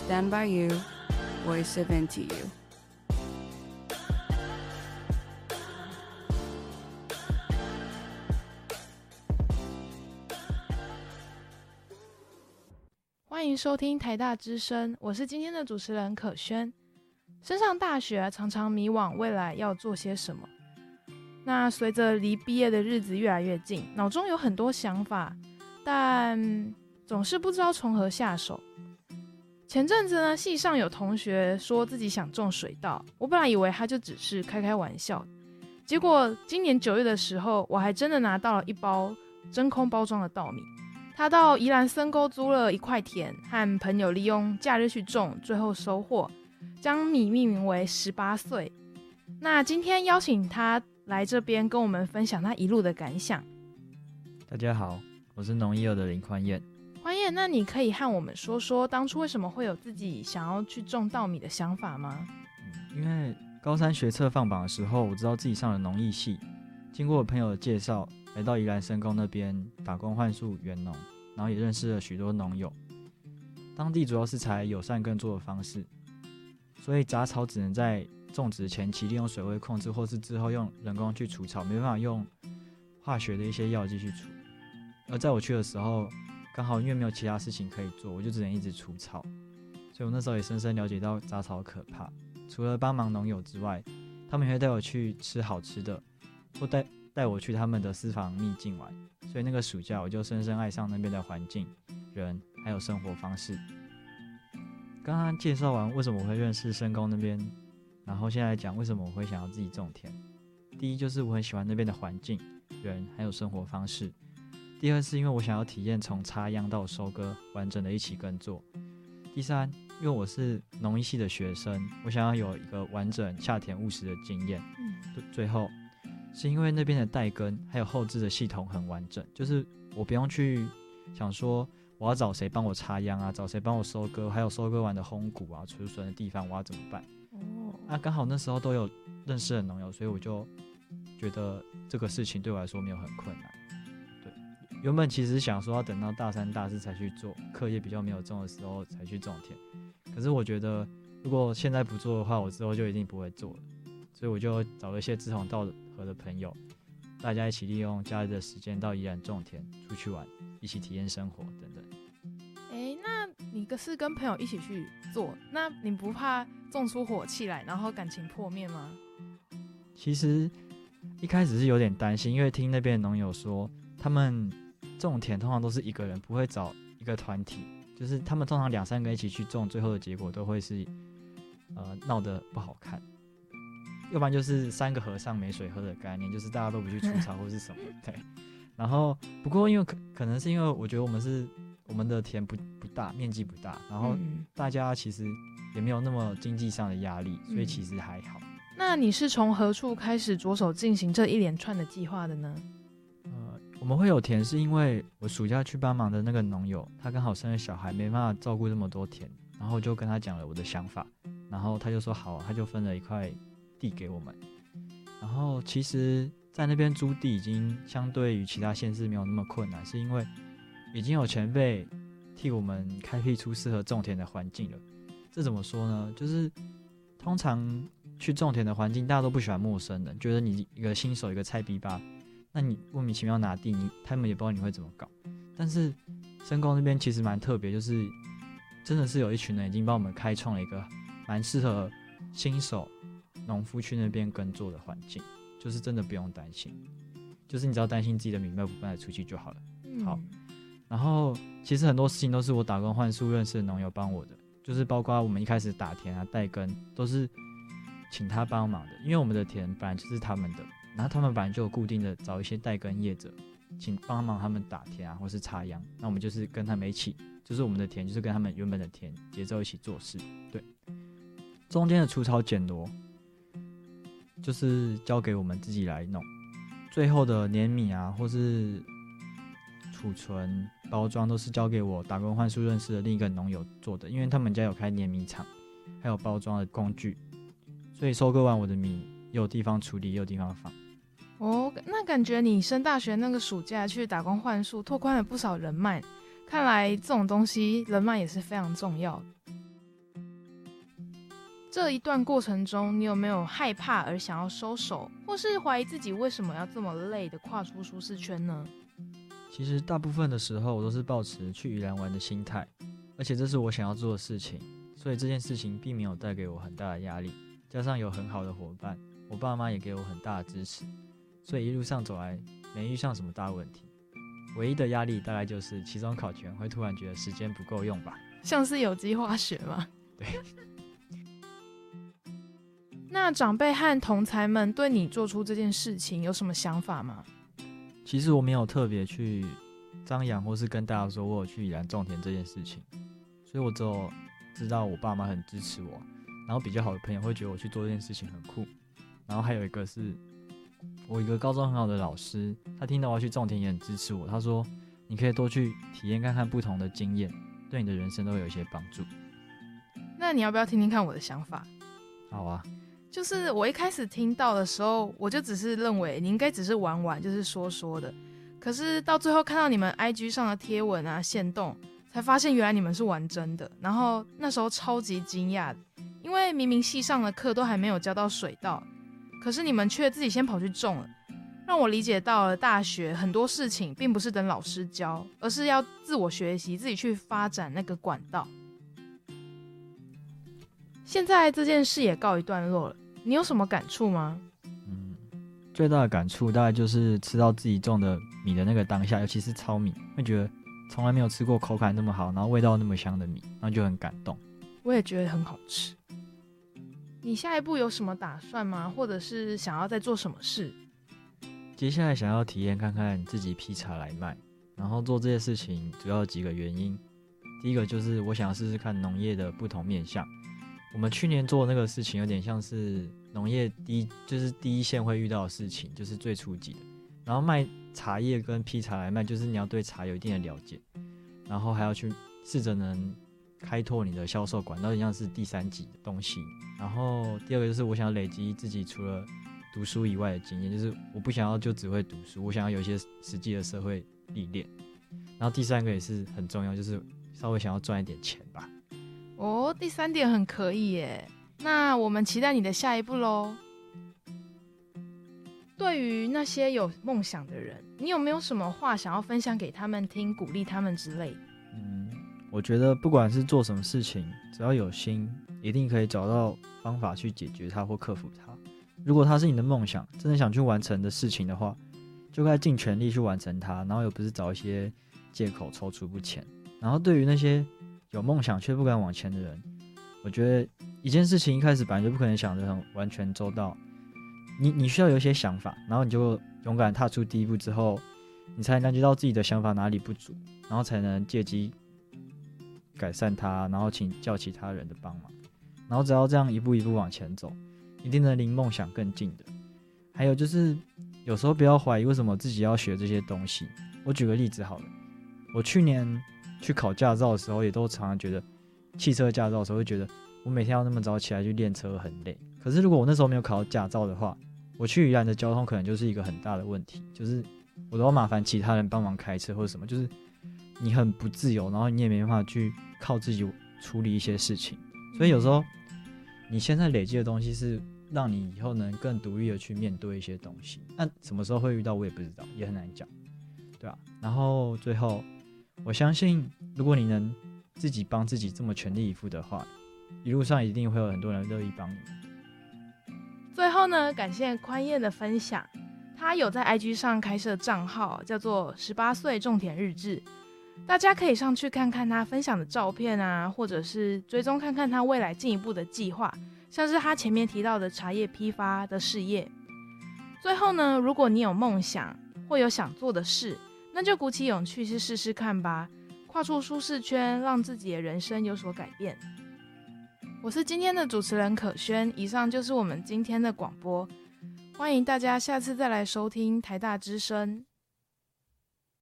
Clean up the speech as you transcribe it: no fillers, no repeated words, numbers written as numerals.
Stand by you, voice of NTU。 欢迎收听台大之声，我是今天的主持人可轩。升上大学常常迷惘未来要做些什么，那随着离毕业的日子越来越近，脑中有很多想法，但总是不知道从何下手。前阵子呢，系上有同学说自己想种水稻，我本来以为他就只是开开玩笑，结果今年9月的时候，我还真的拿到了一包真空包装的稻米。他到宜兰森沟租了一块田，和朋友利用假日去种，最后收获，将米命名为18岁。那今天邀请他来这边跟我们分享他一路的感想。 大家好，我是农艺2的林宽彦。 宽彦，那你可以和我们说说当初为什么会有自己想要去种稻米的想法吗？ 因为高三学测放榜的时候，我知道自己上了农艺系，经过我朋友的介绍，来到宜兰深沟那边打工换宿园农，然后也认识了许多农友。当地主要是采友善耕作的方式，所以杂草只能在种植前期利用水位控制，或是之后用人工去除草，没办法用化学的一些药剂去除。而在我去的时候，刚好因为没有其他事情可以做，我就只能一直除草，所以我那时候也深深了解到杂草可怕。除了帮忙农友之外，他们也会带我去吃好吃的，或带我去他们的私房秘境玩。所以那个暑假我就深深爱上那边的环境、人还有生活方式。刚刚介绍完为什么我会认识深沟那边，然后现在来讲为什么我会想要自己种田。第一就是我很喜欢那边的环境、人还有生活方式。第二是因为我想要体验从插秧到收割完整的一起耕作。第三，因为我是农艺系的学生，我想要有一个完整下田务实的经验。最后是因为那边的代耕还有后置的系统很完整，就是我不用去想说我要找谁帮我插秧啊，找谁帮我收割，还有收割完的烘谷啊、储存的地方我要怎么办。刚好那时候都有认识的农友，所以我就觉得这个事情对我来说没有很困难。原本其实想说要等到大3、大4才去做，课业比较没有重的时候才去种田。可是我觉得如果现在不做的话，我之后就一定不会做了。所以我就找了一些志同道合的朋友，大家一起利用假日的时间到宜兰种田、出去玩，一起体验生活等等。 那你是跟朋友一起去做，那你不怕种出火气来，然后感情破灭吗？ 其实一开始是有点担心，因为听那边的农友说，他们种田通常都是一个人，不会找一个团体，就是他们通常2、3个一起去种，最后的结果都会是闹得不好看，要不然就是3个和尚没水喝的概念，就是大家都不去除草或是什么。对，然后不过因为可能是因为我觉得我们的田不大，面积不大，然后大家其实也没有那么经济上的压力，所以其实还好。 那你是从何处开始着手进行这一连串的计划的呢？ 我们会有田是因为我暑假去帮忙的那个农友，他刚好生了小孩，没办法照顾这么多田，然后我就跟他讲了我的想法，然后他就说好，他就分了一块地给我们。然后其实在那边租地已经相对于其他县市没有那么困难，是因为已经有前辈替我们开辟出适合种田的环境了。这怎么说呢？就是通常去种田的环境大家都不喜欢陌生人，觉得你一个新手一个菜逼吧，那你莫名其妙拿地，他们也不知道你会怎么搞。但是深沟那边其实蛮特别，就是真的是有一群人已经帮我们开创了一个蛮适合新手农夫去那边耕作的环境，就是真的不用担心，就是你只要担心自己的米卖不卖得出去就好了。好，然后其实很多事情都是我打工换宿认识的农友帮我的，就是包括我们一开始打田啊、代耕都是请他帮忙的，因为我们的田本来就是他们的，然后他们本来就有固定的找一些代耕业者，请帮忙他们打田啊，或是插秧，那我们就是跟他们一起，就是我们的田就是跟他们原本的田节奏一起做事。对，中间的除草剪螺就是交给我们自己来弄，最后的碾米啊或是储存包装都是交给我打工换宿认识的另一个农友做的，因为他们家有开碾米厂，还有包装的工具，所以收割完我的米也有地方处理，也有地方放。 那感觉你升大学那个暑假去打工换宿，拓宽了不少人脉。看来这种东西人脉也是非常重要的。 这一段过程中，你有没有害怕而想要收手，或是怀疑自己为什么要这么累的跨出舒适圈呢？ 其实大部分的时候我都是抱持去宜兰玩的心态，而且这是我想要做的事情，所以这件事情并没有带给我很大的压力，加上有很好的伙伴，我爸妈也给我很大的支持，所以一路上走来没遇上什么大问题。唯一的压力大概就是期中考前会突然觉得时间不够用吧。 像是有机化学吗？ 对。 那长辈和同才们对你做出这件事情有什么想法吗？ 其实我没有特别去张扬或是跟大家说我有去宜兰种田这件事情，所以我只有知道我爸妈很支持我，然后比较好的朋友会觉得我去做这件事情很酷，然后还有一个是我一个高中很好的老师，他听到我要去种田也很支持我，他说你可以多去体验看看不同的经验，对你的人生都会有一些帮助。 那你要不要听听看我的想法？ 好啊。 就是我一开始听到的时候，我就只是认为你应该只是玩玩，就是说说的。可是到最后看到你们 IG 上的贴文啊、限动，才发现原来你们是玩真的。然后那时候超级惊讶，因为明明系上的课都还没有教到水稻，可是你们却自己先跑去种了，让我理解到了大学很多事情并不是等老师教，而是要自我学习，自己去发展那个管道。现在这件事也告一段落了，你有什么感触吗？ 最大的感触大概就是吃到自己种的米的那个当下，尤其是糙米，会觉得从来没有吃过口感那么好，然后味道那么香的米，然后就很感动。 我也觉得很好吃。你下一步有什么打算吗？或者是想要再做什么事？ 接下来想要体验看看自己劈茶来卖，然后做这些事情主要有几个原因。第一个就是我想要试试看农业的不同面向。我们去年做的那个事情有点像是农业就是第一线会遇到的事情，就是最初级的。然后卖茶叶跟劈茶来卖，就是你要对茶有一定的了解，然后还要去试着能开拓你的销售管道，像是第三级的东西。然后第二个就是我想要累积自己除了读书以外的经验，就是我不想要就只会读书，我想要有一些实际的社会历练。然后第三个也是很重要，就是稍微想要赚一点钱吧。 哦，第三点很可以耶，那我们期待你的下一步咯。对于那些有梦想的人，你有没有什么话想要分享给他们听，鼓励他们之类的？ 我觉得不管是做什么事情，只要有心，一定可以找到方法去解决它或克服它。如果它是你的梦想，真的想去完成的事情的话，就该尽全力去完成它，然后又不是找一些借口踌躇不前。然后对于那些有梦想却不敢往前的人，我觉得一件事情一开始本来就不可能想得很完全周到，你需要有一些想法，然后你就勇敢踏出第一步之后，你才能感觉到自己的想法哪里不足，然后才能借机改善它，然后请教其他人的帮忙，然后只要这样一步一步往前走，一定能离梦想更近的。还有就是有时候不要怀疑为什么自己要学这些东西。我举个例子好了，我去年去考驾照的时候，也都常常觉得汽车驾照的时候会觉得我每天要那么早起来去练车很累。可是如果我那时候没有考到驾照的话，我去宜兰的交通可能就是一个很大的问题，就是我都要麻烦其他人帮忙开车或者什么，就是你很不自由，然后你也没办法去靠自己处理一些事情。所以有时候你现在累积的东西是让你以后能更独立的去面对一些东西，那什么时候会遇到我也不知道，也很难讲，对啊。然后最后我相信如果你能自己帮自己这么全力以赴的话，一路上一定会有很多人乐意帮你。 最后呢，感谢宽燕的分享，他有在 IG 上开设账号，叫做18岁种田日志，大家可以上去看看他分享的照片啊，或者是追踪看看他未来进一步的计划，像是他前面提到的茶叶批发的事业。最后呢，如果你有梦想或有想做的事，那就鼓起勇气去试试看吧，跨出舒适圈，让自己的人生有所改变。我是今天的主持人可轩，以上就是我们今天的广播，欢迎大家下次再来收听台大之声。